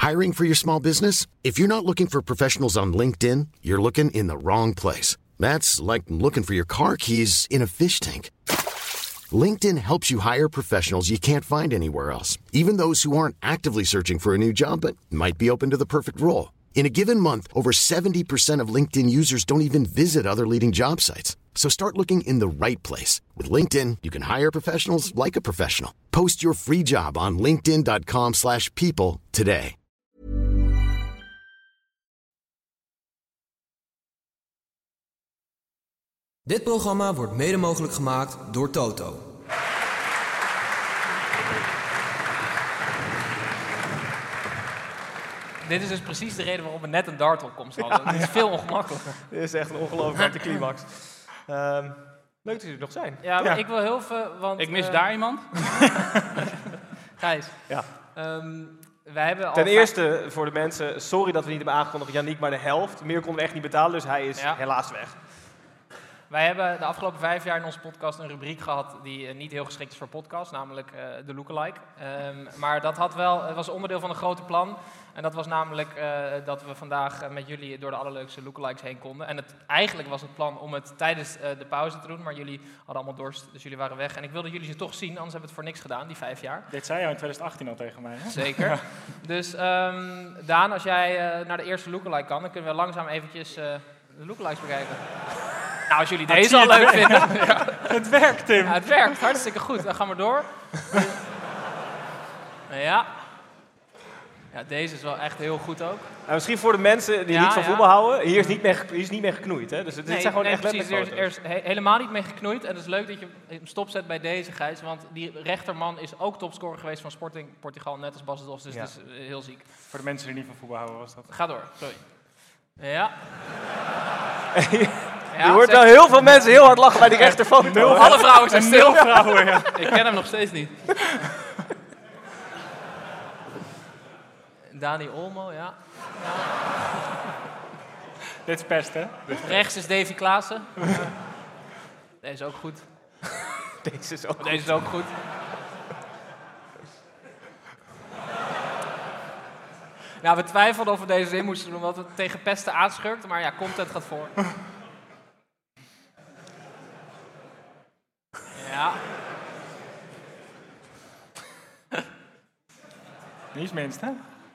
Hiring for your small business? If you're not looking for professionals on LinkedIn, you're looking in the wrong place. That's like looking for your car keys in a fish tank. LinkedIn helps you hire professionals you can't find anywhere else, even those who aren't actively searching for a new job but might be open to the perfect role. In a given month, over 70% of LinkedIn users don't even visit other leading job sites. So start looking in the right place. With LinkedIn, you can hire professionals like a professional. Post your free job on linkedin.com/people today. Dit programma wordt mede mogelijk gemaakt door Toto. Dit is dus precies de reden waarom we net een dartopkomst hadden. Het is veel ongemakkelijker. Dit is echt een ongelooflijke anticlimax. Leuk dat jullie er nog zijn. Ja, maar ik wil heel veel... Want, ik mis daar iemand. Gijs. Ja. Wij hebben al Ten eerste voor de mensen, sorry dat we niet hebben aangekondigd, Yannick maar de helft. Meer konden we echt niet betalen, dus hij is helaas weg. Wij hebben de afgelopen 5 jaar in onze podcast een rubriek gehad die niet heel geschikt is voor podcast, namelijk de lookalike. Maar dat was onderdeel van een groter plan. En dat was namelijk dat we vandaag met jullie door de allerleukste lookalikes heen konden. En eigenlijk was het plan om het tijdens de pauze te doen, maar jullie hadden allemaal dorst, dus jullie waren weg. En ik wilde jullie ze toch zien, anders hebben we het voor niks gedaan, die 5 jaar. Dit zei jou in 2018 al tegen mij, hè? Zeker. Ja. Dus Daan, als jij naar de eerste lookalike kan, dan kunnen we langzaam eventjes de lookalikes bekijken. Nou, als jullie deze al leuk vinden. Ja. Het werkt, Tim. Ja, het werkt, hartstikke goed. Dan gaan we door. Ja. Ja, deze is wel echt heel goed ook. Nou, misschien voor de mensen die niet van voetbal houden, hier is niet mee geknoeid, hè? Dus dit zijn gewoon echt letterlijk foto's. Er is helemaal niet mee geknoeid. En het is leuk dat je hem stopzet bij deze, Gijs. Want die rechterman is ook topscorer geweest van Sporting Portugal, net als Bas de Dos. Dus het is heel ziek. Voor de mensen die niet van voetbal houden was dat. Ga door, sorry. Ja. Je hoort wel heel veel mensen heel hard lachen bij die rechterfoto. Alle vrouwen zijn stil. 0 vrouwen, ja. Ik ken hem nog steeds niet. Dani Olmo, ja. Dit is pest, hè? Rechts is Davy Klaassen. Deze is ook goed. Deze is ook goed. Nou, we twijfelden of we deze in moesten doen, omdat het tegen pesten aanschurkt. Maar ja, content gaat voor. Ja. Niet het minst, hè?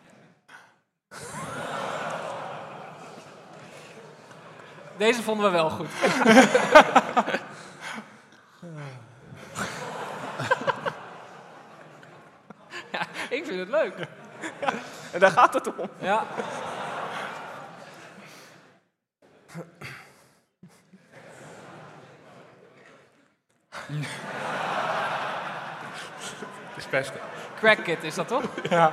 Deze vonden we wel goed. Ja, ik vind het leuk. Ja, en daar gaat het om. Ja. Het is pesten. Crackit is dat toch? Ja.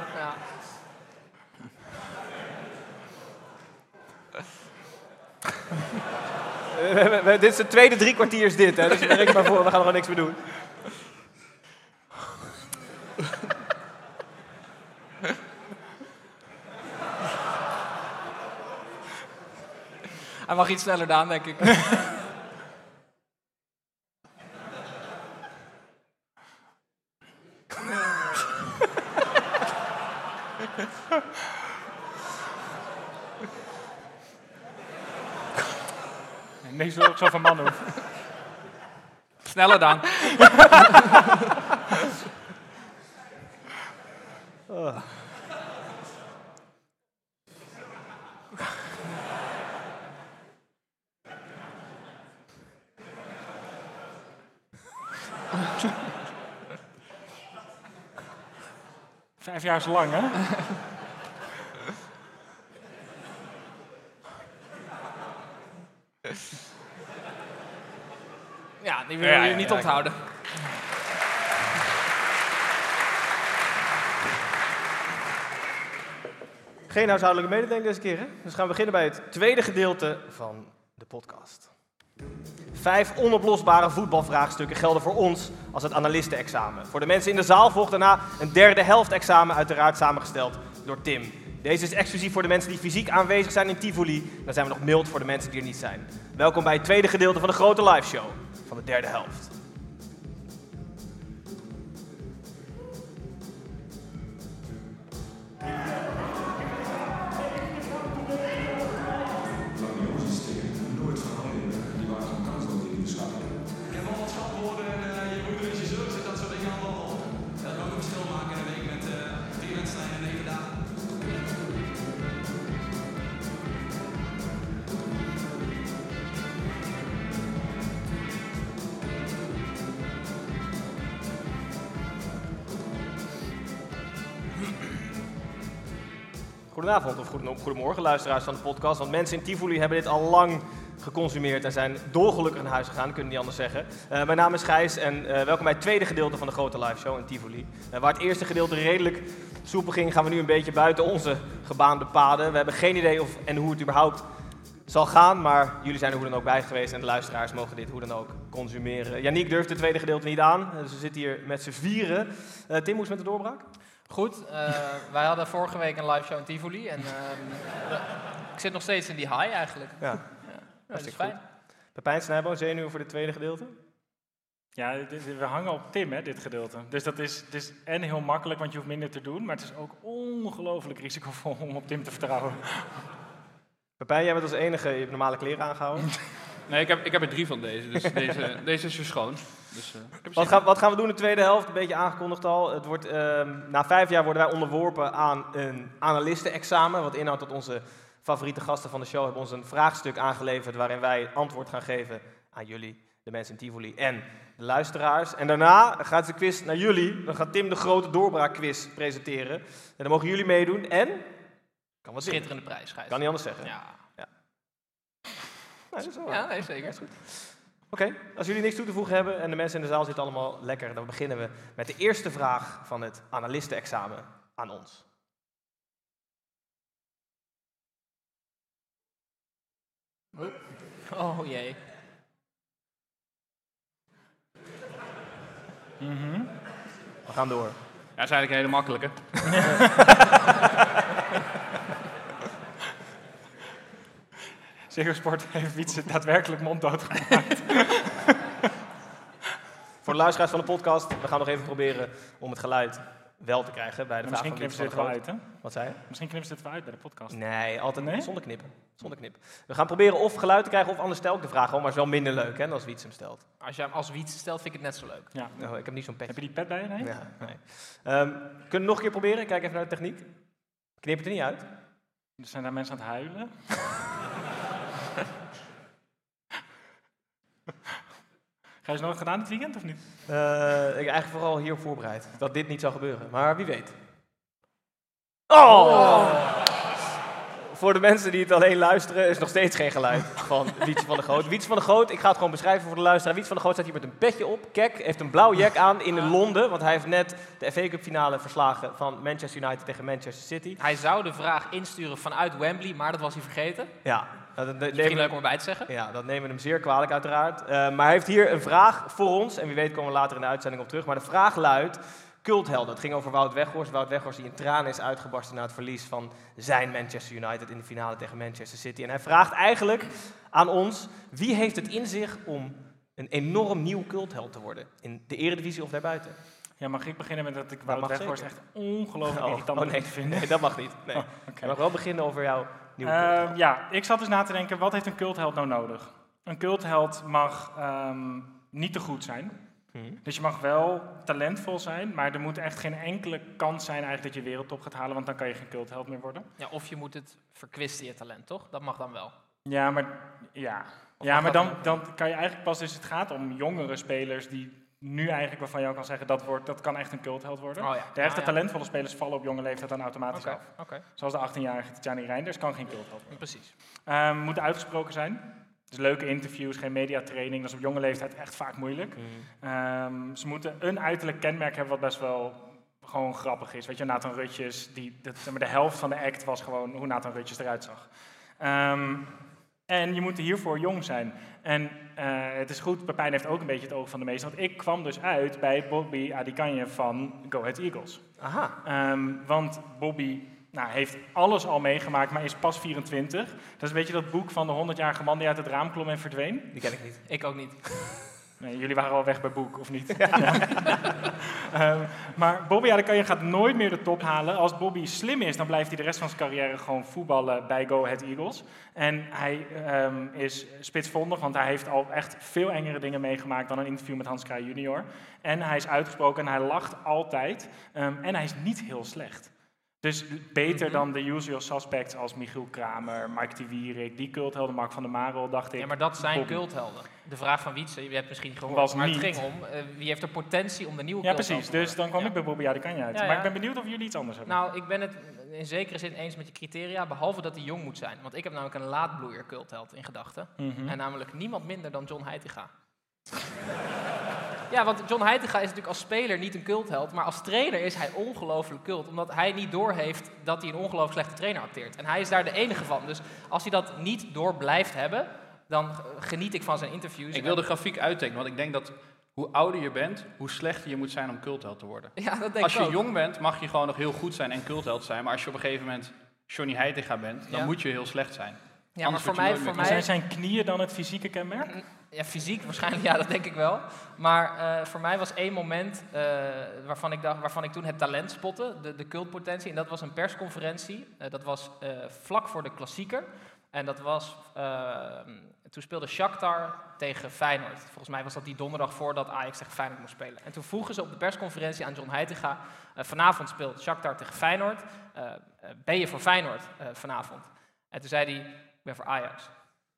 Dit is de tweede 3 kwartier dit, hè? Dus merk maar voor, we gaan er gewoon niks meer doen. Hij mag iets sneller, Daan, denk ik. Niks wil ik zo van mannen hoeven. Sneller, Daan. Oh. Vijf jaar is lang, hè? Ja, die wil je niet onthouden. Geen huishoudelijke mededeling deze keer, hè? Dus gaan we beginnen bij het tweede gedeelte van de podcast. 5 onoplosbare voetbalvraagstukken gelden voor ons als het analistenexamen. Voor de mensen in de zaal volgt daarna een derde helftexamen, uiteraard samengesteld door Tim. Deze is exclusief voor de mensen die fysiek aanwezig zijn in Tivoli. Dan zijn we nog mild voor de mensen die er niet zijn. Welkom bij het tweede gedeelte van de grote liveshow van de derde helft. Goedenavond of goedemorgen luisteraars van de podcast. Want mensen in Tivoli hebben dit al lang geconsumeerd en zijn dolgelukkig naar huis gegaan, kunnen niet anders zeggen. Mijn naam is Gijs en welkom bij het tweede gedeelte van de grote live show in Tivoli. Waar het eerste gedeelte redelijk soepel ging, gaan we nu een beetje buiten onze gebaande paden. We hebben geen idee of en hoe het überhaupt zal gaan, maar jullie zijn er hoe dan ook bij geweest en de luisteraars mogen dit hoe dan ook consumeren. Yannick durft het tweede gedeelte niet aan, dus we zitten hier met z'n vieren. Tim, hoe is het met de doorbraak? Goed, wij hadden vorige week een live show in Tivoli en ik zit nog steeds in die high eigenlijk. Ja, Dat is fijn. Pepijn Snijbo, zenuwen voor het tweede gedeelte? Ja, we hangen op Tim, hè, dit gedeelte. Dus het is en heel makkelijk, want je hoeft minder te doen. Maar het is ook ongelooflijk risicovol om op Tim te vertrouwen. Pepijn, jij bent als enige, je hebt normale kleren aangehouden. Nee, ik heb er 3 van deze, dus deze is verschoon. Dus, Wat gaan we doen in de tweede helft? Een beetje aangekondigd al. Het wordt, na 5 jaar worden wij onderworpen aan een analistenexamen. Wat inhoudt dat onze favoriete gasten van de show hebben ons een vraagstuk aangeleverd waarin wij antwoord gaan geven aan jullie, de mensen in Tivoli en de luisteraars. En daarna gaat de quiz naar jullie. Dan gaat Tim de grote doorbraakquiz presenteren. En dan mogen jullie meedoen en kan wat Schitterende prijs, Gijs. Kan niet anders zeggen. Ja. Nee, dat is wel waar. Ja, nee, zeker. Is goed. Oké, als jullie niks toe te voegen hebben en de mensen in de zaal zitten allemaal lekker, dan beginnen we met de eerste vraag van het analistenexamen aan ons. Oh jee. We gaan door. ja, dat is eigenlijk een hele makkelijke. Ziggo Sport heeft Wietse daadwerkelijk monddood gemaakt. Voor de luisteraars van de podcast, we gaan nog even proberen om het geluid wel te krijgen bij de vraag Misschien van knippen ze Wietse dit van wel de uit, hè? Wat zei je? Misschien knippen ze dit wel uit bij de podcast. Nee, altijd Nee? zonder knippen. Zonder knip. We gaan proberen of geluid te krijgen of anders stel ik de vraag, maar het is wel minder leuk hè, dan als Wietse hem stelt. Als je hem als wiets stelt, vind ik het net zo leuk. Ja. Nou, ik heb niet zo'n petje. Heb je die pet bij je? Nee? Ja, nee. Kunnen we nog een keer proberen? Kijk even naar de techniek. Knip het er niet uit. Er zijn daar mensen aan het huilen. Ga je ze nog gedaan dit weekend of niet? Ik eigenlijk vooral hierop voorbereid. Dat dit niet zou gebeuren. Maar wie weet. Oh! Voor de mensen die het alleen luisteren, is nog steeds geen geluid van Wietse van der Goot. Wietse van der Goot, ik ga het gewoon beschrijven voor de luisteraar. Wietse van der Goot staat hier met een petje op. Kek, heeft een blauw jack aan in Londen. Want hij heeft net de FA Cup finale verslagen van Manchester United tegen Manchester City. Hij zou de vraag insturen vanuit Wembley, maar dat was hij vergeten. Ja, Misschien leuk om erbij te zeggen. Ja, dat nemen we hem zeer kwalijk uiteraard. Maar hij heeft hier een vraag voor ons. En wie weet komen we later in de uitzending op terug. Maar de vraag luidt, culthelden. Het ging over Wout Weghorst. Wout Weghorst die in tranen is uitgebarsten na het verlies van zijn Manchester United in de finale tegen Manchester City. En hij vraagt eigenlijk aan ons, wie heeft het in zich om een enorm nieuw cultheld te worden? In de Eredivisie of daarbuiten? Ja, mag ik beginnen met dat ik mag Wout Weghorst zeker. echt ongelooflijk irritant nee, ben te vinden? nee, dat mag niet. Nee. Je mag wel beginnen over jouw nieuwe cultheld. Ja, ik zat dus na te denken, wat heeft een cultheld nou nodig? Een cultheld mag niet te goed zijn. Dus je mag wel talentvol zijn, maar er moet echt geen enkele kans zijn eigenlijk dat je wereldtop gaat halen, want dan kan je geen cultheld meer worden. Ja, of je moet het verkwisten, je talent, toch? Dat mag dan wel. Ja, maar, mag dat dan kan je eigenlijk pas, dus het gaat om jongere spelers die nu eigenlijk waarvan je ook kan zeggen, dat kan echt een cultheld worden. Oh ja. De echte ja. talentvolle spelers vallen op jonge leeftijd dan automatisch Oké, af. oké. Zoals de 18-jarige Tjani Reinders kan geen cultheld worden. Precies. Moeten uitgesproken zijn. Dus leuke interviews, geen mediatraining. Dat is op jonge leeftijd echt vaak moeilijk. Ze moeten een uiterlijk kenmerk hebben wat best wel gewoon grappig is. Weet je, Nathan Rutjes, de helft van de act was gewoon hoe Nathan Rutjes eruit zag. En je moet hiervoor jong zijn. En het is goed, Pepijn heeft ook een beetje het oog van de meester. Want ik kwam dus uit bij Bobby Adikanje van Go Ahead Eagles. Aha. Want Bobby heeft alles al meegemaakt, maar is pas 24. Dat is een beetje dat boek van de 100-jarige man die uit het raam klom en verdween. Die ken ik niet. Ik ook niet. Nee, jullie waren al weg bij boek, of niet? Ja. Maar Bobby Adekanje gaat nooit meer de top halen. Als Bobby slim is, dan blijft hij de rest van zijn carrière gewoon voetballen bij Go Ahead Eagles. En hij is spitsvondig, want hij heeft al echt veel engere dingen meegemaakt dan een interview met Hans Kraaij junior. En hij is uitgesproken en hij lacht altijd. En hij is niet heel slecht. Dus beter dan de usual suspects als Michiel Kramer, Mike de Wierik, die culthelden, Mark van der Marel, dacht ik. Ja, maar dat zijn Bobby. culthelden. De vraag van Wietse, je hebt misschien gehoord, Was maar niet. het ging om wie heeft de potentie om de nieuwe Ja, cultheld precies. te worden. Dus dan kwam Ja. ik bij Bobby, ja, die kan je uit. Ja, ja. Maar ik ben benieuwd of jullie iets anders hebben. Nou, ik ben het in zekere zin eens met je criteria, behalve dat hij jong moet zijn. Want ik heb namelijk een laatbloeier cultheld in gedachten. En namelijk niemand minder dan John Heitinga. Ja, want John Heitinga is natuurlijk als speler niet een cultheld, maar als trainer is hij ongelooflijk cult. Omdat hij niet doorheeft dat hij een ongelooflijk slechte trainer acteert. En hij is daar de enige van. Dus als hij dat niet door blijft hebben, dan geniet ik van zijn interviews. Ik wil de grafiek uittekenen, want ik denk dat hoe ouder je bent, hoe slechter je moet zijn om cultheld te worden. Ja, dat denk Als ik je ook. jong bent, mag je gewoon nog heel goed zijn en cultheld zijn. Maar als je op een gegeven moment Johnny Heitinga bent, dan Ja. moet je heel slecht zijn. Ja, maar Anders voor word je mij, nooit voor meer mij Zijn knieën dan het fysieke kenmerk? Ja, fysiek waarschijnlijk, ja, dat denk ik wel. Maar voor mij was één moment waarvan ik toen het talent spotte, de cultpotentie. En dat was een persconferentie. Dat was vlak voor de klassieker. En dat was, toen speelde Shakhtar tegen Feyenoord. Volgens mij was dat die donderdag voordat Ajax tegen Feyenoord moest spelen. En toen vroegen ze op de persconferentie aan John Heitinga, vanavond speelt Shakhtar tegen Feyenoord. Ben je voor Feyenoord vanavond? En toen zei hij, ik ben voor Ajax.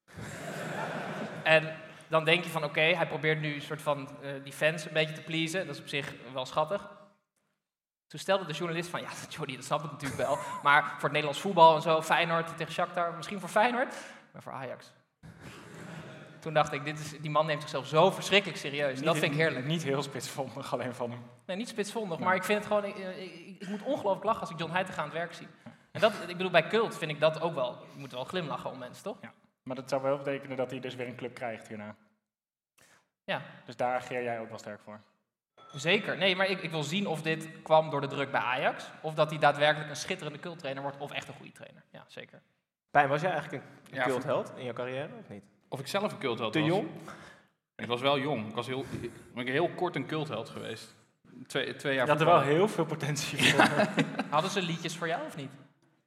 En dan denk je van oké, hij probeert nu een soort van die fans een beetje te pleasen. Dat is op zich wel schattig. Toen stelde de journalist van, ja, Johnny, dat snap ik natuurlijk wel. Maar voor het Nederlands voetbal en zo, Feyenoord tegen Shakhtar, misschien voor Feyenoord, maar voor Ajax. Toen dacht ik, die man neemt zichzelf zo verschrikkelijk serieus. Dat vind ik heerlijk. Niet heel spitsvondig alleen van hem. Nee, niet spitsvondig, Nee. maar ik vind het gewoon, ik moet ongelooflijk lachen als ik John Heitinga aan het werk zie. En dat, ik bedoel, bij cult vind ik dat ook wel, je moet wel glimlachen om mensen, toch? Ja. Maar dat zou wel betekenen dat hij dus weer een club krijgt hierna. Ja. Dus daar ageer jij ook wel sterk voor. Zeker. Nee, maar ik wil zien of dit kwam door de druk bij Ajax. Of dat hij daadwerkelijk een schitterende culttrainer wordt. Of echt een goede trainer. Ja, zeker. Pijn, was jij eigenlijk een Ja, cultheld in jouw carrière of niet? Of ik zelf een cultheld Te was. jong? Ik was wel jong. Ik was heel kort een cultheld geweest. Twee jaar Je had er wel voetballen. heel veel potentie voor. Hadden ze liedjes voor jou of niet?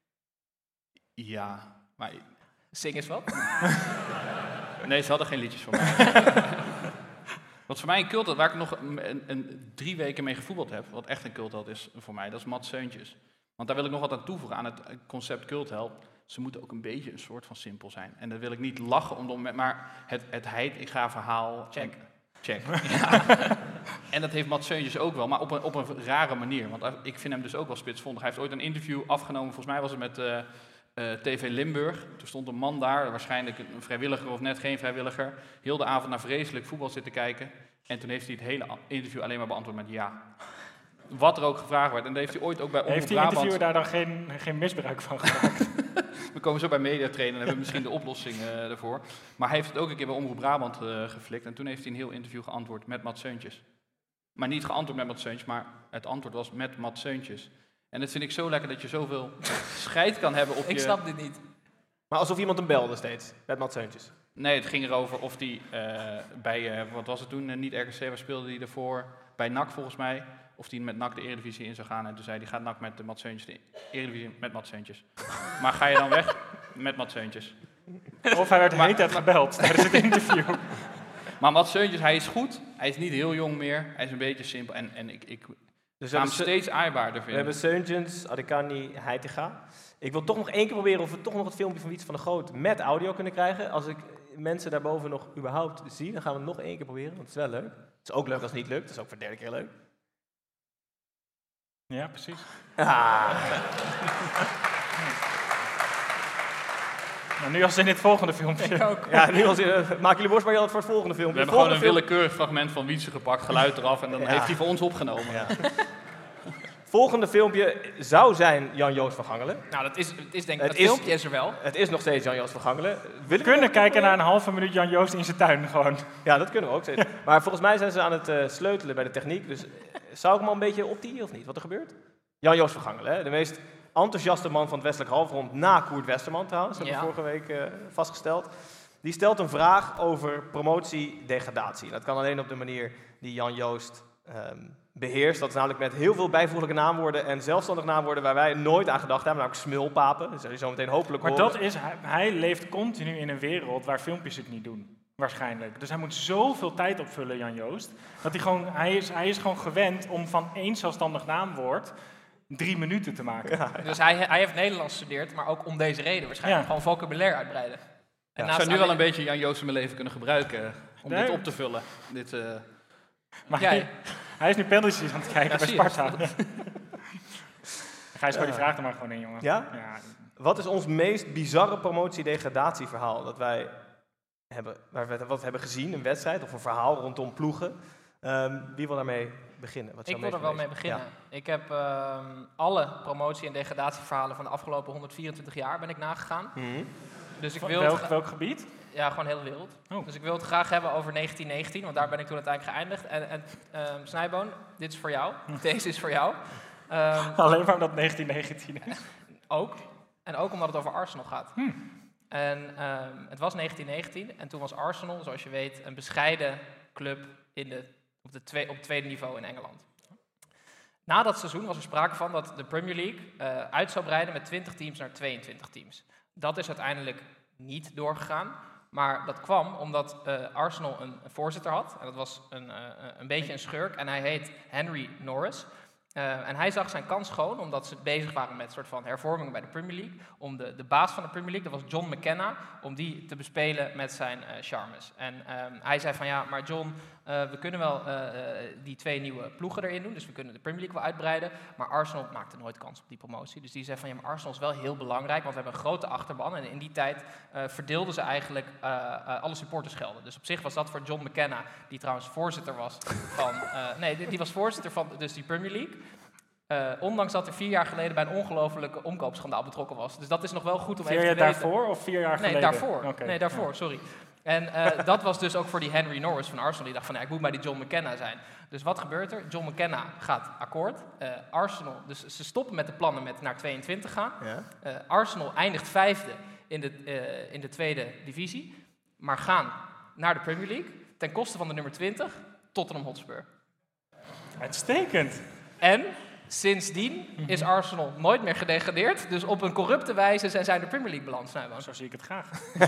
Ja, maar Zing eens wat. nee, ze hadden geen liedjes voor mij. Wat voor mij een cultheld, waar ik nog een 3 weken mee gevoetbald heb, wat echt een cultheld is voor mij, dat is Mats Seuntjes. Want daar wil ik nog wat aan toevoegen aan het concept cultheld. Ze moeten ook een beetje een soort van simpel zijn. En dat wil ik niet lachen om, maar het Heitinga-verhaal. Check. Check. Ja. En dat heeft Mats Seuntjes ook wel, maar op een rare manier. Want ik vind hem dus ook wel spitsvondig. Hij heeft ooit een interview afgenomen, volgens mij was het met TV Limburg. Toen stond een man daar, waarschijnlijk een vrijwilliger of net geen vrijwilliger, heel de avond naar vreselijk voetbal zitten kijken. En toen heeft hij het hele interview alleen maar beantwoord met ja. Wat er ook gevraagd werd. En dat heeft hij ooit ook bij Omroep Heeft die Brabant. interviewer daar dan geen misbruik van gemaakt? We komen zo bij mediatrainen en hebben we misschien de oplossing ervoor. Maar hij heeft het ook een keer bij Omroep Brabant geflikt. En toen heeft hij een heel interview geantwoord met Mats Seuntjes. Maar niet geantwoord met Mats Seuntjes, maar het antwoord was met Mats Seuntjes. En dat vind ik zo lekker dat je zoveel scheid kan hebben op je... Ik snap dit niet. Maar alsof iemand hem belde steeds, met Mats Seuntjes. Nee, het ging erover of hij bij, wat was het toen, niet RKC, waar speelde hij ervoor? Bij NAC volgens mij. Of hij met NAC de Eredivisie in zou gaan. En toen zei hij, gaat NAC met Mats Seuntjes de Eredivisie met Mats Seuntjes. Maar ga je dan weg met Mats Seuntjes? Of hij werd de hele tijd gebeld tijdens het interview. Maar Mats Seuntjes, hij is goed. Hij is niet heel jong meer. Hij is een beetje simpel. En ik Dus ga hem steeds aaibaarder we hebben vinden. Seuntjens, Adekani, Heitinga. Ik wil toch nog één keer proberen of we toch nog het filmpje van Wietse van der Groot met audio kunnen krijgen. Als ik mensen daarboven nog überhaupt zie, dan gaan we het nog één keer proberen, want het is wel leuk. Het is ook leuk als het niet lukt, het is ook voor de derde keer leuk. Ja, precies. Ah. Nou, nu als in dit volgende filmpje. Ja, nu maak jullie borst maar heel voor het volgende We filmpje. hebben gewoon een willekeurig fragment van Wietse gepakt, geluid eraf. En dan heeft hij voor ons opgenomen. Ja. Volgende filmpje zou zijn Jan-Joost van Gangelen. Nou, het is denk ik, Het het is- filmpje is er wel. Het is nog steeds Jan-Joost van Gangelen. We kunnen kijken naar een halve minuut Jan Joost in zijn tuin gewoon. Ja, dat kunnen we ook steeds. Maar volgens mij zijn ze aan het sleutelen bij de techniek. Dus zou ik hem al een beetje optieën of niet? Wat er gebeurt? Jan-Joost van Gangelen, hè? De meest enthousiaste man van het Westelijk Halfrond na Koert Westerman trouwens. Dat hebben we Ja. vorige week vastgesteld. Die stelt een vraag over promotie-degradatie. Dat kan alleen op de manier die Jan-Joost beheerst. Dat is namelijk met heel veel bijvoeglijke naamwoorden en zelfstandig naamwoorden waar wij nooit aan gedacht hebben. Namelijk smulpapen. Dat zul je zo meteen hopelijk Maar horen. dat is, hij leeft continu in een wereld waar filmpjes het niet doen. Waarschijnlijk. Dus hij moet zoveel tijd opvullen, Jan Joost. Dat hij is gewoon gewend om van één zelfstandig naamwoord 3 minuten te maken. Ja. Dus hij heeft Nederlands gestudeerd, maar ook om deze reden waarschijnlijk. Ja. Gewoon vocabulaire uitbreiden. En Ik zou nu wel een beetje Jan Joost in mijn leven kunnen gebruiken om Nee. dit op te vullen. Dit, Maar Ja, hij is nu pendeltjes aan het kijken bij zie je. Sparta. Ga je die vraag er maar gewoon in, jongen. Ja? Ja. Wat is ons meest bizarre promotie-degradatieverhaal dat wij hebben, waar we wat hebben gezien, een wedstrijd of een verhaal rondom ploegen? Wie wil daarmee beginnen? Wat is Ik jouw wil er meest wel mee bewezen? beginnen. Ik heb alle promotie- en degradatieverhalen van de afgelopen 124 jaar ben ik nagegaan. Ja. Mhm. Dus ik wil Welk gebied? ja, gewoon heel de wereld. Oh. Dus ik wil het graag hebben over 1919, want daar ben ik toen uiteindelijk geëindigd. En Snijboon, dit is voor jou. Deze is voor jou. Alleen maar omdat 1919 is. Ook. En ook omdat het over Arsenal gaat. En het was 1919 en toen was Arsenal, zoals je weet, een bescheiden club op het tweede niveau in Engeland. Na dat seizoen was er sprake van dat de Premier League uit zou breiden met 20 teams naar 22 teams. Dat is uiteindelijk niet doorgegaan. Maar dat kwam omdat Arsenal een voorzitter had. En dat was een beetje een schurk. En hij heet Henry Norris. En hij zag zijn kans schoon, omdat ze bezig waren met een soort van hervormingen bij de Premier League. Om de baas van de Premier League, dat was John McKenna, om die te bespelen met zijn charmes. En hij zei van ja, maar John, we kunnen wel die 2 nieuwe ploegen erin doen. Dus we kunnen de Premier League wel uitbreiden. Maar Arsenal maakte nooit kans op die promotie. Dus die zei van ja, maar Arsenal is wel heel belangrijk, want we hebben een grote achterban. En in die tijd verdeelden ze eigenlijk alle supportersgelden. Dus op zich was dat voor John McKenna, die trouwens voorzitter was van... die was voorzitter van dus die Premier League. Ondanks dat er 4 jaar geleden bij een ongelofelijke omkoopschandaal betrokken was. Dus dat is nog wel goed om 4 even te jaar weten. daarvoor of 4 jaar geleden? Nee, daarvoor. Oké, Nee, daarvoor, ja. sorry. En dat was dus ook voor die Henry Norris van Arsenal. Die dacht van, ja, ik moet bij die John McKenna zijn. Dus wat gebeurt er? John McKenna gaat akkoord. Arsenal, dus ze stoppen met de plannen met naar 22 gaan. Ja. Arsenal eindigt 5e in de tweede divisie. Maar gaan naar de Premier League ten koste van de nummer 20, Tottenham Hotspur. Uitstekend. En sindsdien is Arsenal nooit meer gedegradeerd. Dus op een corrupte wijze zijn zij in de Premier League beland. Snijboon. Zo zie ik het graag.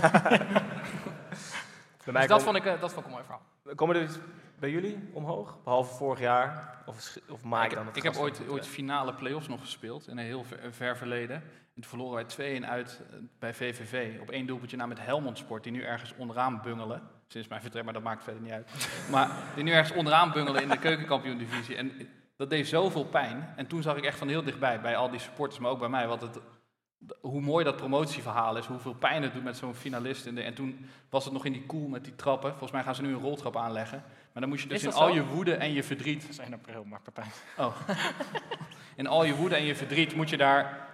Bij mij Dus dat vond ik een mooi verhaal. komen er iets bij jullie omhoog? Behalve vorig jaar? Of Mike dan? Ik heb ooit finale play-offs nog gespeeld in een heel ver verleden. En toen verloren wij 2-1 uit bij VVV. Op 1 doelpuntje na met Helmond Sport, die nu ergens onderaan bungelen. Sinds mijn vertrek, maar dat maakt verder niet uit. Maar die nu ergens onderaan bungelen in de keukenkampioen-divisie. En dat deed zoveel pijn. En toen zag ik echt van heel dichtbij, bij al die supporters, maar ook bij mij, hoe mooi dat promotieverhaal is, hoeveel pijn het doet met zo'n finalist. En toen was het nog in die koel met die trappen. Volgens mij gaan ze nu een roltrap aanleggen. Maar dan moet je dus Is in dat al zo? je woede en je verdriet... Dat is 1 april, maar Pepijn. Oh. In al je woede en je verdriet moet je daar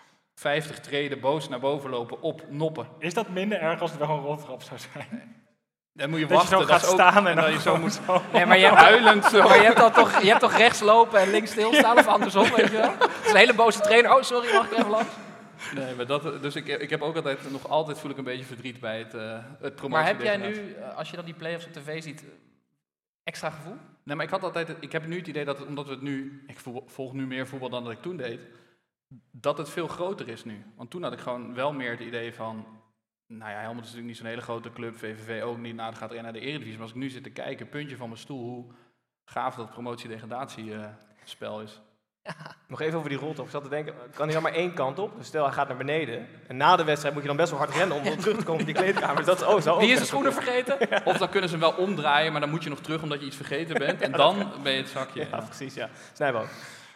50 treden boos naar boven lopen op noppen. Is dat minder erg als het wel een roltrap zou zijn? Dan moet je Dat je wachten. zo gaat is ook- staan en dat dan je zo moet Nee, maar je hebt, huilend zo. maar je hebt toch rechts lopen en links stilstaan of andersom, weet je wel? Het is een hele boze trainer. Oh, sorry, mag ik er even langs? Nee, maar dus ik heb ook nog altijd voel ik een beetje verdriet bij het promotie. Maar heb jij nu, als je dan die play-offs op tv ziet, extra gevoel? Nee, maar ik heb nu het idee dat omdat we het nu, ik volg nu meer voetbal dan dat ik toen deed, dat het veel groter is nu. Want toen had ik gewoon wel meer het idee van, nou ja, Helmond is natuurlijk niet zo'n hele grote club, VVV ook niet, nou, dan gaat er naar de Eredivisie. Maar als ik nu zit te kijken, puntje van mijn stoel, hoe gaaf dat promotie-degradatie-spel is. Nog even over die roltrap. Ik zat te denken, kan hij dan maar 1 kant op? Dus stel, hij gaat naar beneden. En na de wedstrijd moet je dan best wel hard rennen om weer terug te komen in die kleedkamer. Dat is, zou ook Wie is de best schoenen vergeten? Of dan kunnen ze hem wel omdraaien, maar dan moet je nog terug omdat je iets vergeten bent. En dan ben je het zakje. Ja, precies, ja. Snijboon.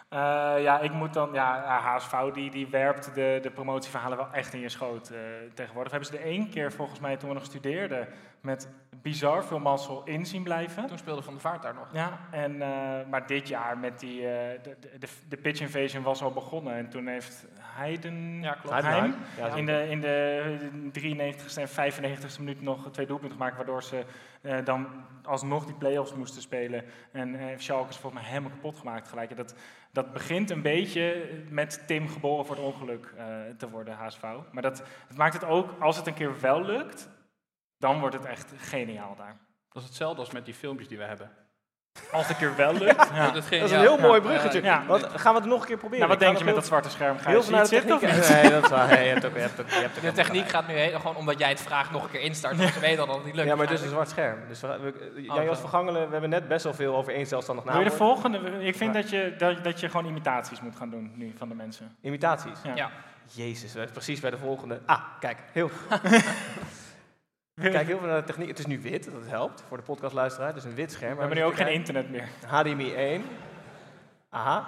Ik moet dan, HSV die werpt de promotieverhalen wel echt in je schoot tegenwoordig. Hebben ze er 1 keer volgens mij toen we nog studeerden met bizar veel mazzel in zien blijven. Toen speelde Van der Vaart daar nog. Ja, maar dit jaar met die, de pitch invasion was al begonnen en toen heeft Heiden, Ja, klopt. Heim Ja, in de 93ste en 95ste minuut nog 2 doelpunten gemaakt, waardoor ze dan alsnog die play-offs moesten spelen. En Schalke is volgens mij helemaal kapot gemaakt gelijk. En dat begint een beetje met Tim geboren voor het ongeluk te worden, HSV. Maar dat maakt het ook, als het een keer wel lukt, dan wordt het echt geniaal daar. Dat is hetzelfde als met die filmpjes die we hebben. Als het een keer wel lukt. Ja. Dat is een heel mooi bruggetje. Ja. Gaan we het nog een keer proberen? Nou, wat denk je met dat zwarte scherm? Ga je Heel veel naar de zitten techniek. of niet? Nee, dat is waar. Je hebt ook De techniek gaat nu gewoon omdat jij het vraagt nog een keer instarten. Dus ze weten al dat het niet lukt. Ja, maar het is een zwart scherm. Dus Jan-Jos Vergangelen, we hebben net best wel veel over één zelfstandig Wil je de naamwoord. volgende? Ik vind dat je gewoon imitaties moet gaan doen nu van de mensen. Imitaties? Ja. Jezus, we zijn precies bij de volgende. Kijk, heel Kijk heel veel naar de techniek. Het is nu wit, dat helpt voor de podcastluisteraar. Het is een wit scherm. We hebben nu ook geen internet meer. HDMI 1. Aha.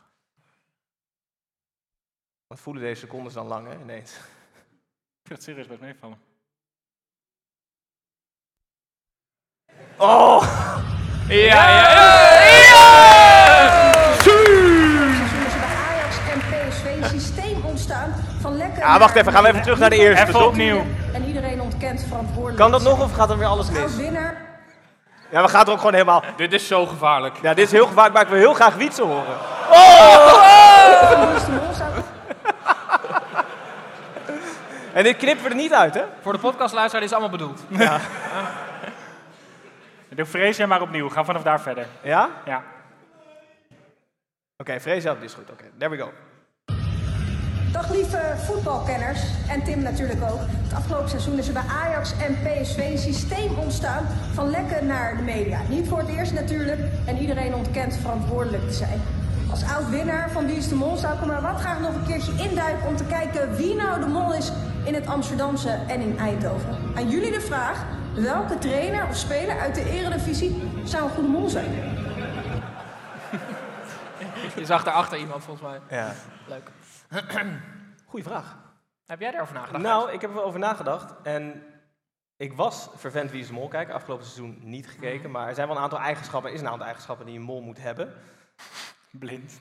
Wat voelen deze secondes dan lang, hè, ineens? Ik vind het serieus best meevallen. Oh! Ajax en PSV systeem ontstaan van lekker. Wacht even, gaan we even terug naar de eerste. Even opnieuw. En iedereen ontkent verantwoordelijk. Kan dat nog of gaat er weer alles mis? Winnaar. Ja, we gaan er ook gewoon helemaal. Dit is zo gevaarlijk. Ja, dit is heel gevaarlijk, maar ik wil heel graag Wietse horen. En dit knippen we er niet uit, hè? Voor de podcastluisteraar is het allemaal bedoeld. Ja. Doe vrees jij maar opnieuw. Ga vanaf daar verder. Ja? Ja. Oké, vrees zelf, dit is goed. Oké, there we go. Dag lieve voetbalkenners, en Tim natuurlijk ook. Het afgelopen seizoen is er bij Ajax en PSV een systeem ontstaan van lekken naar de media. Niet voor het eerst natuurlijk, en iedereen ontkent verantwoordelijk te zijn. Als oud-winnaar van Wie is de Mol zou ik er maar wat graag nog een keertje induiken om te kijken wie nou de mol is in het Amsterdamse en in Eindhoven. Aan jullie de vraag, welke trainer of speler uit de Eredivisie zou een goede mol zijn? Je zag daarachter iemand volgens mij. Ja. Leuk. Goeie vraag. Heb jij erover nagedacht? Nou, ik heb er wel over nagedacht en ik was vervent Wie is de Mol kijken. Afgelopen seizoen niet gekeken, maar er zijn wel een aantal eigenschappen. Er is een aantal eigenschappen die een mol moet hebben. Blind.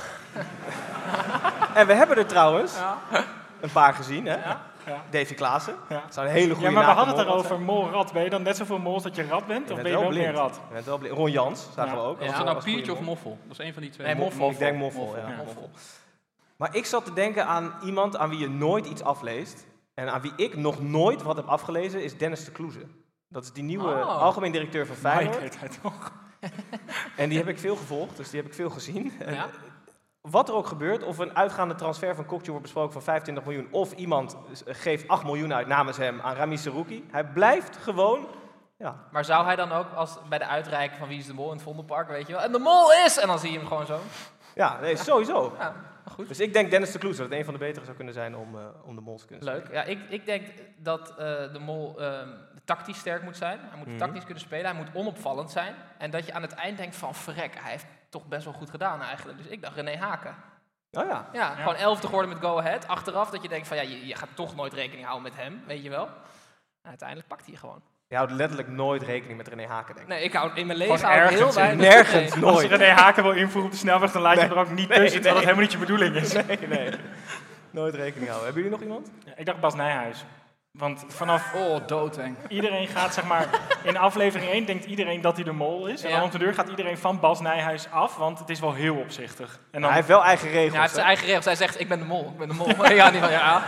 En we hebben er trouwens een paar gezien, hè? Ja. Davy Klaassen. Ja. Dat zou een hele goede Ja, maar we naam hadden voor het mol erover, mol-rat. Ben je dan net zoveel mol dat je rat bent? Je Of bent ben je wel wel meer blind. rat? Je bent wel blind. Ron Jans zagen we ook. Ja. Was Dat het nou was een Piertje of goede Moffel? Dat is een van die twee. Nee, Moffel. Ik denk Moffel, ja. Moffel. Maar ik zat te denken aan iemand aan wie je nooit iets afleest. En aan wie ik nog nooit wat heb afgelezen, is Dennis de Kloeze. Dat is die nieuwe algemeen directeur van Feyenoord. Mike heet hij toch? En die heb ik veel gevolgd, dus die heb ik veel gezien. En Ja? wat er ook gebeurt, of een uitgaande transfer van Kokju wordt besproken van 25 miljoen... of iemand geeft 8 miljoen uit namens hem aan Rami Serouki. Hij blijft gewoon... Ja. Maar zou hij dan ook bij de uitreiking van Wie is de Mol in het Vondelpark, weet je wel, en de mol is! En dan zie je hem gewoon zo. Ja, nee, sowieso. Ja, goed. Dus ik denk Dennis de Kloeze dat het een van de betere zou kunnen zijn om de mol te kunnen Leuk. Ja, ik denk dat de mol tactisch sterk moet zijn. Hij moet tactisch kunnen spelen, hij moet onopvallend zijn. En dat je aan het eind denkt van, verrek, hij heeft toch best wel goed gedaan eigenlijk. Dus ik dacht René Haken. Oh ja. Ja, gewoon 11e geworden met Go Ahead. Achteraf dat je denkt van, ja, je gaat toch nooit rekening houden met hem, weet je wel. En uiteindelijk pakt hij je gewoon. Je houdt letterlijk nooit rekening met René Haken, denk ik. Nee, ik hou in mijn leven Gewoon hou ik heel ergens, weinig. Nergens, Nee. Als je nooit. René Haken wil invoeren op de snelweg, dan laat je er ook niet tussen, terwijl dat helemaal niet je bedoeling is. Nee. Nooit rekening houden. Hebben jullie nog iemand? Ja, ik dacht Bas Nijhuis. Want vanaf doodeng. iedereen gaat, zeg maar, in aflevering 1 denkt iedereen dat hij de mol is. En Ja. dan op de deur gaat iedereen van Bas Nijhuis af, want het is wel heel opzichtig. En dan, Hij heeft wel eigen regels. Ja, hij heeft zijn hè? eigen regels. Hij zegt, ik ben de mol, ik ben de mol. Ja, niet van, ja.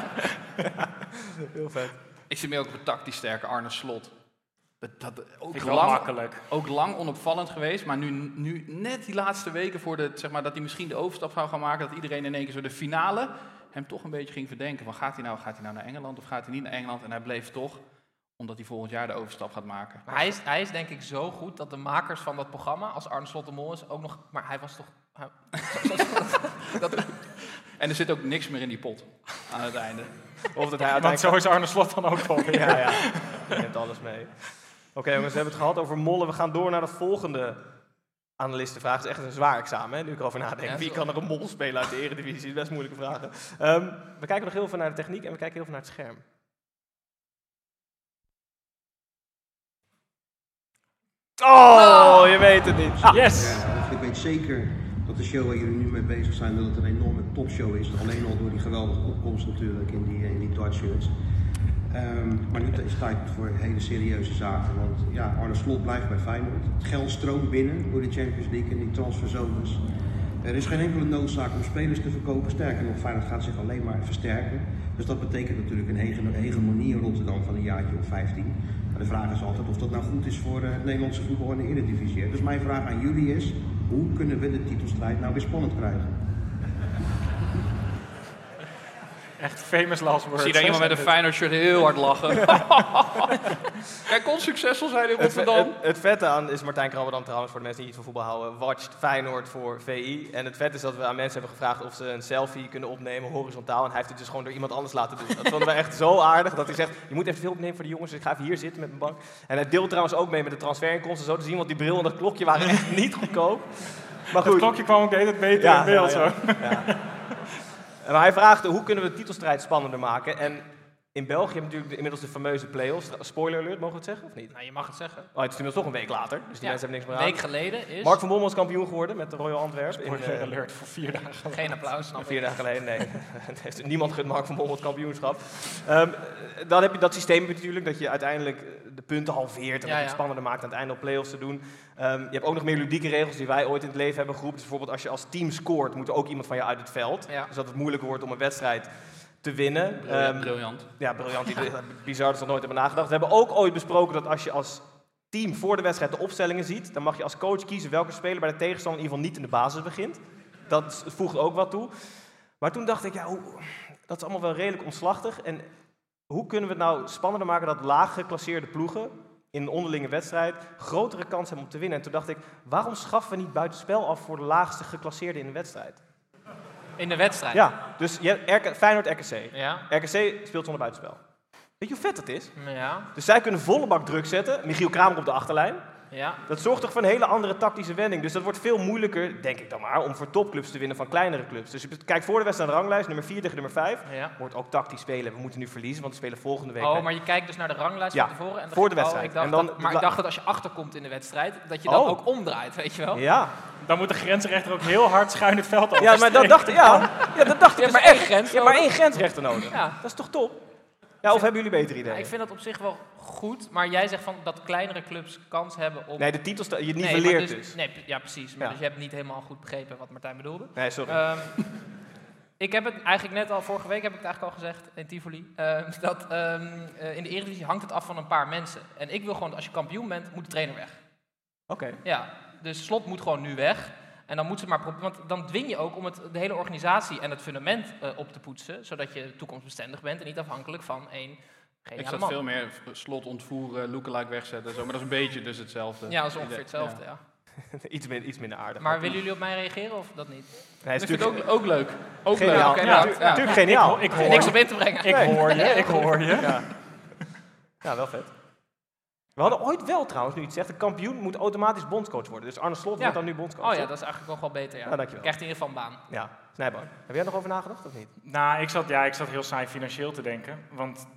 Heel vet. Ik zie meer ook op een tactisch sterke Arne Slot. Ook, vind ik wel makkelijk. ook lang onopvallend geweest, maar nu net die laatste weken voor zeg maar, dat hij misschien de overstap zou gaan maken, dat iedereen in één keer zo de finale hem toch een beetje ging verdenken. Van gaat hij nou naar Engeland of gaat hij niet naar Engeland? En hij bleef toch, omdat hij volgend jaar de overstap gaat maken. Maar hij is denk ik zo goed dat de makers van dat programma, als Arne Slot de mol is, ook nog... Maar hij was toch... En er zit ook niks meer in die pot aan het einde. Of dat hij Want uiteindelijk... zo is Arne Slot dan ook wel weer. Ja. Je neemt alles mee. Oké, jongens, we hebben het gehad over mollen. We gaan door naar de volgende analistenvraag. Het is echt een zwaar examen, hè, nu ik erover nadenk. Ja, Wie kan er een mol spelen uit de Eredivisie? Best moeilijke vragen. We kijken nog heel veel naar de techniek en we kijken heel veel naar het scherm. Oh, je weet het niet. Yes! Ja, ik weet zeker dat de show waar jullie nu mee bezig zijn, dat het een enorme topshow is. Alleen al door die geweldige opkomst natuurlijk in die darts shirts. Maar nu is het tijd voor hele serieuze zaken. Want ja, Arne Slot blijft bij Feyenoord. Het geld stroomt binnen door de Champions League en die transferzones. Er is geen enkele noodzaak om spelers te verkopen. Sterker nog, Feyenoord gaat zich alleen maar versterken. Dus dat betekent natuurlijk een hegemonie in Rotterdam van een jaartje of 15. Maar de vraag is altijd of dat nou goed is voor het Nederlandse voetbal in de Eredivisie. Dus mijn vraag aan jullie is, hoe kunnen we de titelstrijd nou weer spannend krijgen? Echt famous last words. Ik zie daar iemand met een Feyenoord shirt heel hard lachen. Kijk, kon succesvol zijn in Rotterdam. Het vette aan is Martijn Krabbe dan trouwens, voor de mensen die niet van voetbal houden, watcht Feyenoord voor VI. En het vet is dat we aan mensen hebben gevraagd of ze een selfie kunnen opnemen, horizontaal. En hij heeft het dus gewoon door iemand anders laten doen. Dat vonden we echt zo aardig, dat hij zegt, je moet even veel opnemen voor de jongens, dus ik ga even hier zitten met mijn bank. En hij deelt trouwens ook mee met de transferinkomsten zo te zien, want die bril en dat klokje waren echt niet goedkoop. Maar goed. Het klokje kwam ook de hele tijd beter in beeld zo. Ja. Maar hij vraagde, hoe kunnen we de titelstrijd spannender maken? En in België hebben we natuurlijk inmiddels de fameuze play-offs. Spoiler alert, mogen we het zeggen of niet? Nou, je mag het zeggen. Oh, het is inmiddels toch een week later, dus die mensen hebben niks meer aan. Een week geleden is... Mark van Bommel is kampioen geworden met de Royal Antwerp. Spoiler alert voor 4 dagen geleden. Geen applaus, snap ik. 4 dagen geleden, nee. Niemand gunt Mark van Bommel het kampioenschap. Dan heb je dat systeem natuurlijk, dat je uiteindelijk de punten halveert en dat je het spannender maakt aan het einde op play-offs te doen. Je hebt ook nog meer ludieke regels die wij ooit in het leven hebben geroepen. Dus bijvoorbeeld als je als team scoort, moet er ook iemand van je uit het veld. Ja. Dus dat het moeilijker wordt om een wedstrijd te winnen. Briljant. Ja, briljant. Bizar dat ze er nooit hebben nagedacht. We hebben ook ooit besproken dat als je als team voor de wedstrijd de opstellingen ziet, dan mag je als coach kiezen welke speler bij de tegenstander in ieder geval niet in de basis begint. Dat voegt ook wat toe. Maar toen dacht ik, dat is allemaal wel redelijk omslachtig. En hoe kunnen we het nou spannender maken dat laag geclasseerde ploegen in een onderlinge wedstrijd grotere kans hebben om te winnen? En toen dacht ik, waarom schaffen we niet buitenspel af voor de laagste geclasseerde in de wedstrijd? In de wedstrijd? Ja, dus Feyenoord-RKC. Ja. RKC speelt zonder buitenspel. Weet je hoe vet dat is? Ja. Dus zij kunnen volle bak druk zetten, Michiel Kramer op de achterlijn. Ja. Dat zorgt toch voor een hele andere tactische wending. Dus dat wordt veel moeilijker, denk ik dan maar, om voor topclubs te winnen van kleinere clubs. Dus je kijkt voor de wedstrijd naar de ranglijst, nummer 4 tegen nummer 5. Ja. Wordt ook tactisch spelen. We moeten nu verliezen, want we spelen volgende week. Oh, maar je kijkt dus naar de ranglijst van tevoren? En voor de wedstrijd. Ik dacht dat als je achterkomt in de wedstrijd, dat je dan ook omdraait, weet je wel? Ja. Dan moet de grensrechter ook heel hard schuin het veld op. Ja, maar dat dacht ik. Dat dacht ik. Je hebt maar één grens. Je hebt maar één grensrechter nodig. Ja. Dat is toch top? Ja, of hebben jullie beter ideeën? Ik vind dat op zich wel goed, maar jij zegt van dat kleinere clubs kans hebben op... Nee, de titels, je nivelleert dus. Nee, ja, precies. Maar dus je hebt niet helemaal goed begrepen wat Martijn bedoelde. Nee, sorry. Ik heb het eigenlijk net al, vorige week heb ik het eigenlijk al gezegd in Tivoli, dat in de Eredivisie hangt het af van een paar mensen. En ik wil gewoon, als je kampioen bent, moet de trainer weg. Oké. Ja, dus Slot moet gewoon nu weg. En dan moet ze maar want dan dwing je ook om de hele organisatie en het fundament op te poetsen, zodat je toekomstbestendig bent en niet afhankelijk van één geniale Ik zat man. veel meer Slot ontvoeren, lookalike wegzetten en zo, maar dat is een beetje dus hetzelfde. Ja, dat is ongeveer hetzelfde, ja. Iets minder aardig. Maar willen jullie op mij reageren of dat niet? Nee, ik vind het ook leuk. Ook geniaal. leuk. Natuurlijk geniaal. Ik hoor niks op in te brengen. Ik hoor je. Ja, wel vet. We hadden ooit wel trouwens, nu iets zegt, de kampioen moet automatisch bondscoach worden. Dus Arne Slot wordt dan nu bondscoach. Oh ja, dat is eigenlijk nog wel beter, ja. Dankjewel. Krijgt in ieder geval een baan. Ja, Snijboon. Heb jij er nog over nagedacht of niet? Nou, ik zat heel saai financieel te denken. Want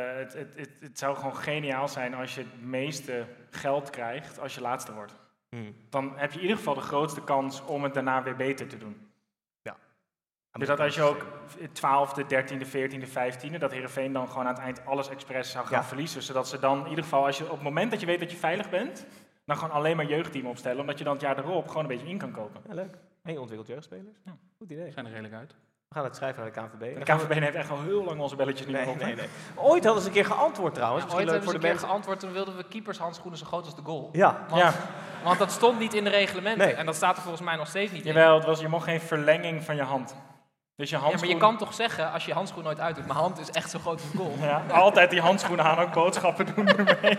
het zou gewoon geniaal zijn als je het meeste geld krijgt als je laatste wordt. Dan heb je in ieder geval de grootste kans om het daarna weer beter te doen. Ja. Dus dat als je ook 12e, 13e, 14e, 15e, dat Heerenveen dan gewoon aan het eind alles expres zou gaan verliezen. Zodat ze dan in ieder geval, als je op het moment dat je weet dat je veilig bent, dan gewoon alleen maar jeugdteam opstellen. Omdat je dan het jaar erop gewoon een beetje in kan kopen. Ja, leuk. En je ontwikkelt jeugdspelers. Ja. Goed idee. Zijn er redelijk uit. We gaan het schrijven naar de KNVB. De KNVB heeft echt al heel lang onze belletjes niet meer op. Nee. Ooit hadden ze een keer geantwoord trouwens. Ja, ooit hebben ze een keer geantwoord, toen wilden we keepershandschoenen zo groot als de goal. Ja. Want dat stond niet in de reglementen. Nee. En dat staat er volgens mij nog steeds niet in. Jawel, je mocht geen verlenging van je hand. Dus je handschoen... Ja, maar je kan toch zeggen, als je je handschoen nooit uitdoet, mijn hand is echt zo groot als de goal. Ja, altijd die handschoenen aan, ook boodschappen doen ermee.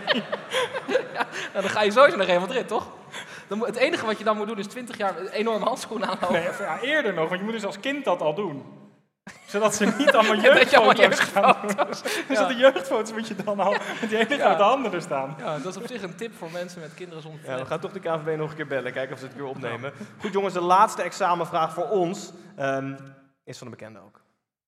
Dan ga je sowieso naar Real Madrid, toch? Het enige wat je dan moet doen is 20 jaar een enorme handschoen aanhouden. Nee, eerder nog, want je moet dus als kind dat al doen. Zodat ze niet allemaal jeugdfoto's gaan doen. Dus dat de jeugdfoto's moet je dan al met die hele grote handen er staan. Ja, dat is op zich een tip voor mensen met kinderen zonder Ja, we gaan toch de KNVB nog een keer bellen, kijken of ze het weer opnemen. Goed jongens, de laatste examenvraag voor ons is van de bekende ook.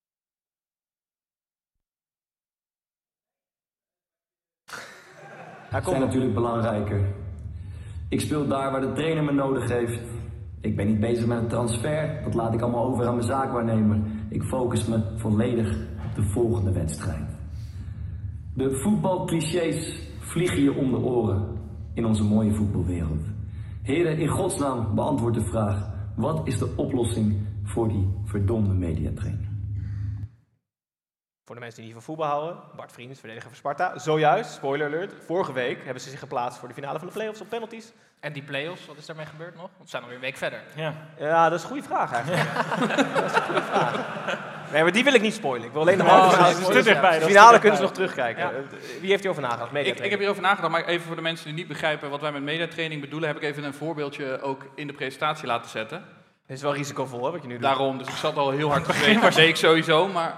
Dat zijn natuurlijk belangrijker. Ik speel daar waar de trainer me nodig heeft. Ik ben niet bezig met een transfer, dat laat ik allemaal over aan mijn zaakwaarnemer. Ik focus me volledig op de volgende wedstrijd. De voetbalclichés vliegen je om de oren in onze mooie voetbalwereld. Heren, in godsnaam beantwoord de vraag: wat is de oplossing voor die verdomde mediatrainer? Voor de mensen die niet van voetbal houden, Bart Vriends, verdediger van Sparta. Zojuist, spoiler alert, vorige week hebben ze zich geplaatst voor de finale van de play-offs op penalties. En die play-offs, wat is daarmee gebeurd nog? Want we zijn alweer een week verder. Ja, dat is een goede vraag eigenlijk. Dat is een goede vraag. Nee, maar die wil ik niet spoilen. Ik wil alleen de finale kunnen ze nog terugkijken. Ja. Wie heeft hierover nagedacht? Ik heb hierover nagedacht, maar even voor de mensen die niet begrijpen wat wij met mediatraining bedoelen, heb ik even een voorbeeldje ook in de presentatie laten zetten. Dit is wel risicovol, hè, wat je nu doet. Daarom, dus ik zat al heel hard te zweten. Dat deed ik sowieso, maar...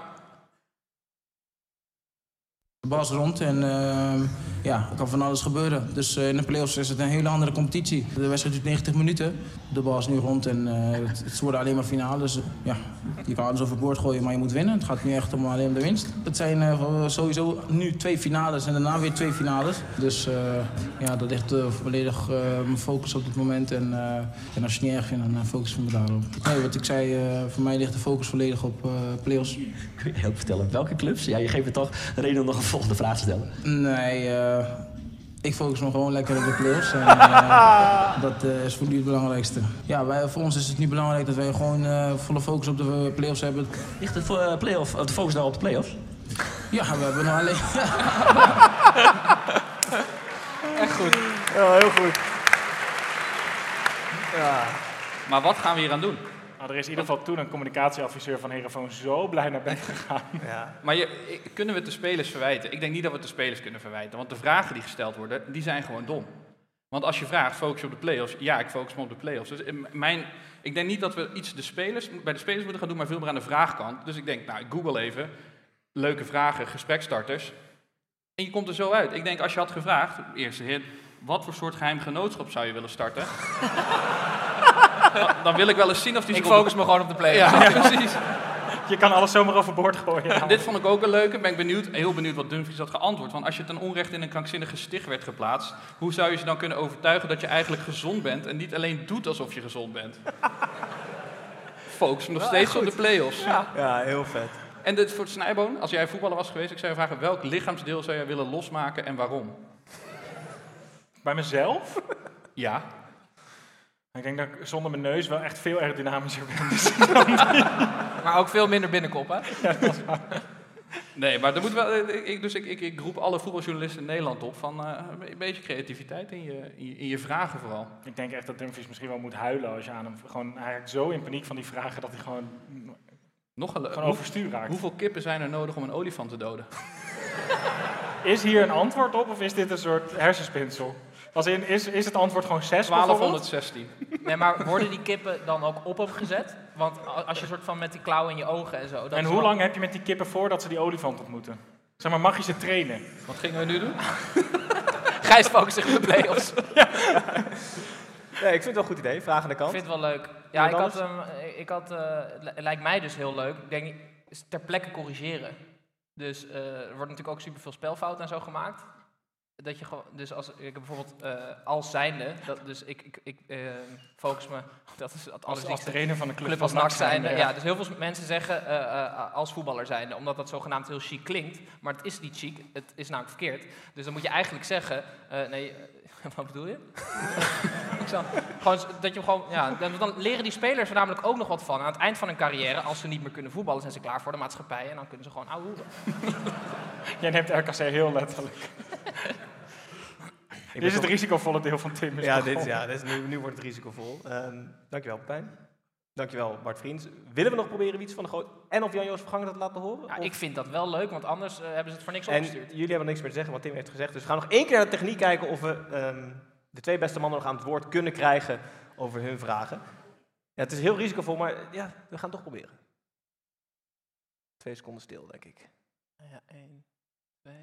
De bal is rond en er kan van alles gebeuren. Dus in de play-offs is het een hele andere competitie. De wedstrijd duurt 90 minuten. De bal is nu rond en het worden alleen maar finale. Dus je kan alles overboord gooien, maar je moet winnen. Het gaat nu echt alleen om de winst. Het zijn sowieso nu 2 finales en daarna weer 2 finales. Dus dat ligt volledig mijn focus op dit moment. En als je het niet erg vindt, dan focus ik me daarop. Nee, wat ik zei, voor mij ligt de focus volledig op play-offs. Kun je ook vertellen welke clubs? Ja, je geeft me toch een reden om nog een volgende vraag te stellen. Nee, ik focus me gewoon lekker op de play-offs. En, dat is voor nu het belangrijkste. Ja, voor ons is het nu belangrijk dat wij gewoon volle focus op de play-offs hebben. Ligt de focus nou op de play-offs? Ja, we hebben nog alleen... Echt goed. Ja, heel goed. Ja. Maar wat gaan we hier aan doen? Nou, er is in ieder geval toen een communicatieadviseur van Heerenveen zo blij naar bed gegaan. Ja. Maar kunnen we het de spelers verwijten? Ik denk niet dat we het de spelers kunnen verwijten. Want de vragen die gesteld worden, die zijn gewoon dom. Want als je vraagt, focus je op de play-offs? Ja, ik focus me op de play-offs. Dus ik denk niet dat we iets bij de spelers moeten gaan doen, maar veel meer aan de vraagkant. Dus ik denk, ik google even. Leuke vragen, gesprekstarters. En je komt er zo uit. Ik denk, als je had gevraagd, eerste hint, wat voor soort geheim genootschap zou je willen starten? Dan wil ik wel eens zien of die... Ik focus me gewoon op de play-offs. Ja, precies. Je kan alles zomaar overboord gooien. Dit vond ik ook een leuke. Ben ik heel benieuwd wat Dumfries had geantwoord. Want als je ten onrechte in een krankzinnige sticht werd geplaatst, hoe zou je ze dan kunnen overtuigen dat je eigenlijk gezond bent en niet alleen doet alsof je gezond bent? Focus nog steeds op de play-offs. Ja, heel vet. En dit voor Snijboon, als jij voetballer was geweest, ik zou je vragen, welk lichaamsdeel zou jij willen losmaken en waarom? Bij mezelf? Ja. Ik denk dat ik zonder mijn neus wel echt veel aerodynamischer ben. Maar ook veel minder binnenkop, hè? Ja, dat is waar. Nee, maar er moet wel, ik roep alle voetbaljournalisten in Nederland op van een beetje creativiteit in je vragen vooral. Ik denk echt dat Dumfries misschien wel moet huilen als je aan hem gewoon eigenlijk zo in paniek van die vragen dat hij gewoon overstuur raakt. Hoeveel kippen zijn er nodig om een olifant te doden? Is hier een antwoord op of is dit een soort hersenspinsel? Is het antwoord gewoon 6 1216. Nee, maar worden die kippen dan ook op hem gezet? Want als je soort van met die klauwen in je ogen en zo... En hoe lang heb je met die kippen voordat ze die olifant ontmoeten? Zeg maar, mag je ze trainen? Wat gingen we nu doen? Gijs focust zich op de play-offs. Ja. Nee, ik vind het wel een goed idee. Vraag aan de kant. Ik vind het wel leuk. Ja, het lijkt mij dus heel leuk. Ik denk niet, ter plekke corrigeren. Dus er wordt natuurlijk ook superveel spelfouten en zo gemaakt. Dat je gewoon, dus als ik bijvoorbeeld als zijnde, dus ik focus me, dat is het als trainer van de club als NAC zijnde. Ja, dus heel veel mensen zeggen als voetballer zijnde, omdat dat zogenaamd heel chic klinkt, maar het is niet chic, het is namelijk verkeerd. Dus dan moet je eigenlijk zeggen, wat bedoel je? Gewoon dat je gewoon, ja, dan leren die spelers er namelijk ook nog wat van. Aan het eind van hun carrière, als ze niet meer kunnen voetballen, zijn ze klaar voor de maatschappij en dan kunnen ze gewoon ouwe hoeren. Jij neemt RKC heel letterlijk. Dit is het risicovolle deel van Tim. Nu wordt het risicovol. Dankjewel, Pepijn. Dankjewel, Bart Vriends. Willen we nog proberen iets van de grote... En of Jan-Joos Verganger dat laten horen? Ja, ik vind dat wel leuk, want anders hebben ze het voor niks opgestuurd. En jullie hebben niks meer te zeggen wat Tim heeft gezegd. Dus we gaan nog 1 keer naar de techniek kijken of we de 2 beste mannen nog aan het woord kunnen krijgen over hun vragen. Ja, het is heel risicovol, maar ja, we gaan het toch proberen. 2 seconden stil, denk ik. Ja, 1, 2...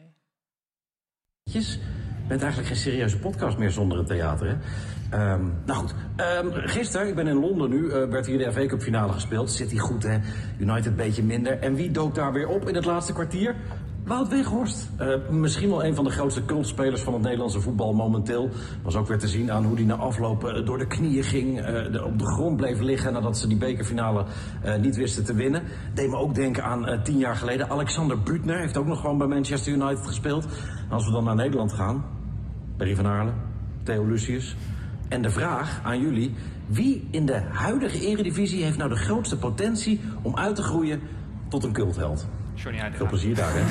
Je bent eigenlijk geen serieuze podcast meer zonder een theater, hè? Nou goed, gisteren, ik ben in Londen nu, werd hier de FA Cup finale gespeeld. City goed, hè? United een beetje minder. En wie dook daar weer op in het laatste kwartier? Wout Weghorst. Misschien wel een van de grootste cultspelers van het Nederlandse voetbal momenteel. Was ook weer te zien aan hoe hij na afloop door de knieën ging. Op de grond bleef liggen nadat ze die bekerfinale niet wisten te winnen. Deed me ook denken aan 10 jaar geleden. Alexander Büttner heeft ook nog gewoon bij Manchester United gespeeld. En als we dan naar Nederland gaan, Barry van Aarle, Theo Lucius. En de vraag aan jullie, wie in de huidige eredivisie heeft nou de grootste potentie om uit te groeien tot een cultheld? Johnny Heidegger. Veel plezier daar, hè?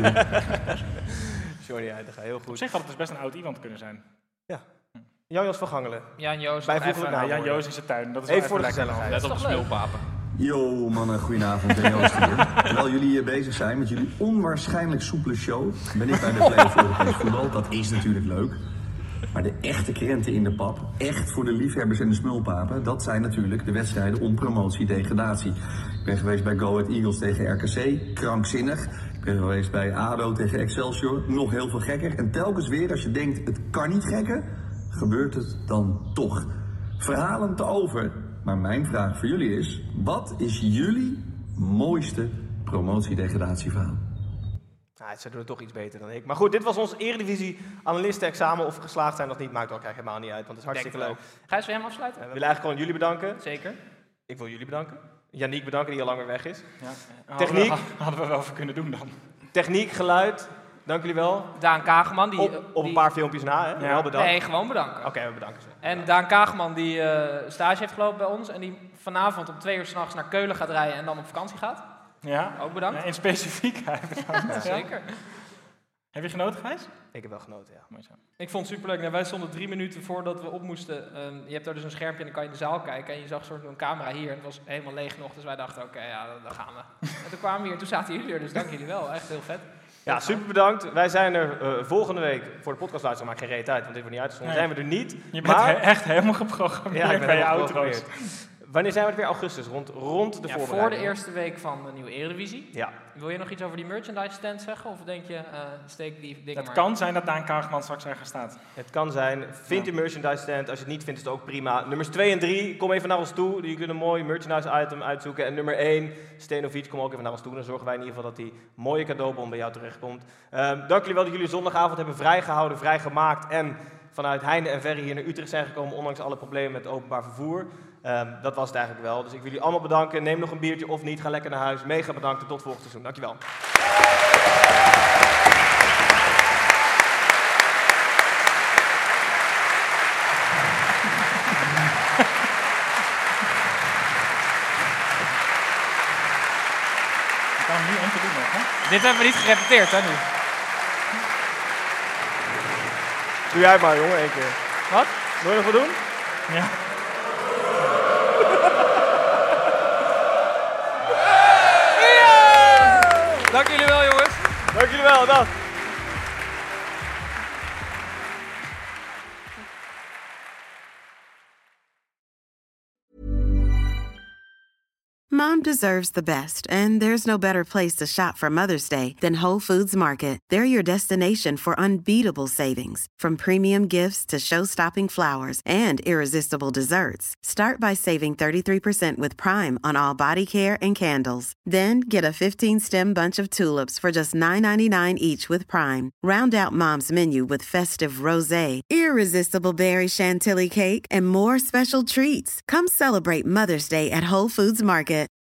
Johnny Heidegger, heel Op goed. zich had het dus best een oud iemand kunnen zijn. Jan-Jos van Gangelen. Jan-Joos. Bijvoeglijk Ja, naamwoorden. Jan Joos in zijn tuin. Dat is Even wel voor de lekker. gezelligheid. Let op de smulpapen. Yo mannen, goedenavond, Ben Joost hier. Terwijl jullie bezig zijn met jullie onwaarschijnlijk soepele show, ben ik bij de Play voor Europees voetbal. Dat is natuurlijk leuk. Maar de echte krenten in de pap, echt voor de liefhebbers en de smulpapen, dat zijn natuurlijk de wedstrijden om promotie-degradatie. Ik ben geweest bij Go Ahead Eagles tegen RKC, krankzinnig. Ik ben geweest bij ADO tegen Excelsior, nog heel veel gekker. En telkens weer, als je denkt, het kan niet gekker, gebeurt het dan toch. Verhalen te over. Maar mijn vraag voor jullie is, wat is jullie mooiste promotie-degradatieverhaal? Ze doen het toch iets beter dan ik. Maar goed, dit was ons Eredivisie-analisten-examen. Of we geslaagd zijn of niet, maakt ook eigenlijk helemaal niet uit. Want het is hartstikke leuk. Gijs, wil jij hem afsluiten? We willen eigenlijk gewoon jullie bedanken. Zeker. Ik wil jullie bedanken. Yannick bedanken, die al langer weg is. Ja. Techniek. Hadden we wel voor kunnen doen dan. Techniek, geluid. Dank jullie wel. Daan Kageman. Op een paar filmpjes na, hè? Wel bedankt. Nee, gewoon bedanken. Oké, we bedanken ze. En Daan Kageman die stage heeft gelopen bij ons. En die vanavond om 2 uur 's nachts naar Keulen gaat rijden en dan op vakantie gaat. Ja. Ook bedankt. Ja, in specifiekheid bedankt. Ja. Zeker. Heb je genoten, Gijs? Ik heb wel genoten, ja. Mooi zo. Ik vond het superleuk. Nou, wij stonden 3 minuten voordat we op moesten. Je hebt daar dus een schermpje en dan kan je in de zaal kijken. En je zag een camera hier en het was helemaal leeg nog. Dus wij dachten, oké, ja, dan gaan we. En toen kwamen we hier en toen zaten jullie er. Dus dank jullie wel. Echt heel vet. Ja, super bedankt. Wij zijn er volgende week voor de podcast luisteren, maakt geen reet uit, want dit wordt niet uitgezonden. Nee. Zijn we er niet. Je bent echt helemaal geprogrammeerd ja, ik ben bij je helemaal auto's. geprogrammeerd. Wanneer zijn we er weer? Augustus, rond de voorbereiding. Voor de eerste week van de nieuwe Eredivisie. Ja. Wil je nog iets over die merchandise stand zeggen? Of denk je, steek die dingen Het maar... kan zijn dat Daan Kaagman straks ergens staat. Het kan zijn. Vind die merchandise stand. Als je het niet vindt, is het ook prima. Nummers 2 en 3, kom even naar ons toe. Je kunt een mooi merchandise item uitzoeken. En nummer 1, Stenovic, kom ook even naar ons toe. Dan zorgen wij in ieder geval dat die mooie cadeaubon bij jou terechtkomt. Dank jullie wel dat jullie zondagavond hebben vrijgehouden, vrijgemaakt. En vanuit Heinde en Verre hier naar Utrecht zijn gekomen, ondanks alle problemen met het openbaar vervoer. Dat was het eigenlijk wel. Dus ik wil jullie allemaal bedanken. Neem nog een biertje of niet. Ga lekker naar huis. Mega bedankt en tot volgend seizoen. Dankjewel. Ik kan hem nu even doen nog, hè? Dit hebben we niet gerepeteerd, hè, nu? Doe jij maar, jongen, 1 keer. Wat? Wil je nog wat doen? Ja. Dank jullie wel, jongens. Dank jullie wel, dag. Mom deserves the best, and there's no better place to shop for Mother's Day than Whole Foods Market. They're your destination for unbeatable savings, from premium gifts to show-stopping flowers and irresistible desserts. Start by saving 33% with Prime on all body care and candles. Then get a 15-stem bunch of tulips for just $9.99 each with Prime. Round out Mom's menu with festive rosé, irresistible berry chantilly cake, and more special treats. Come celebrate Mother's Day at Whole Foods Market.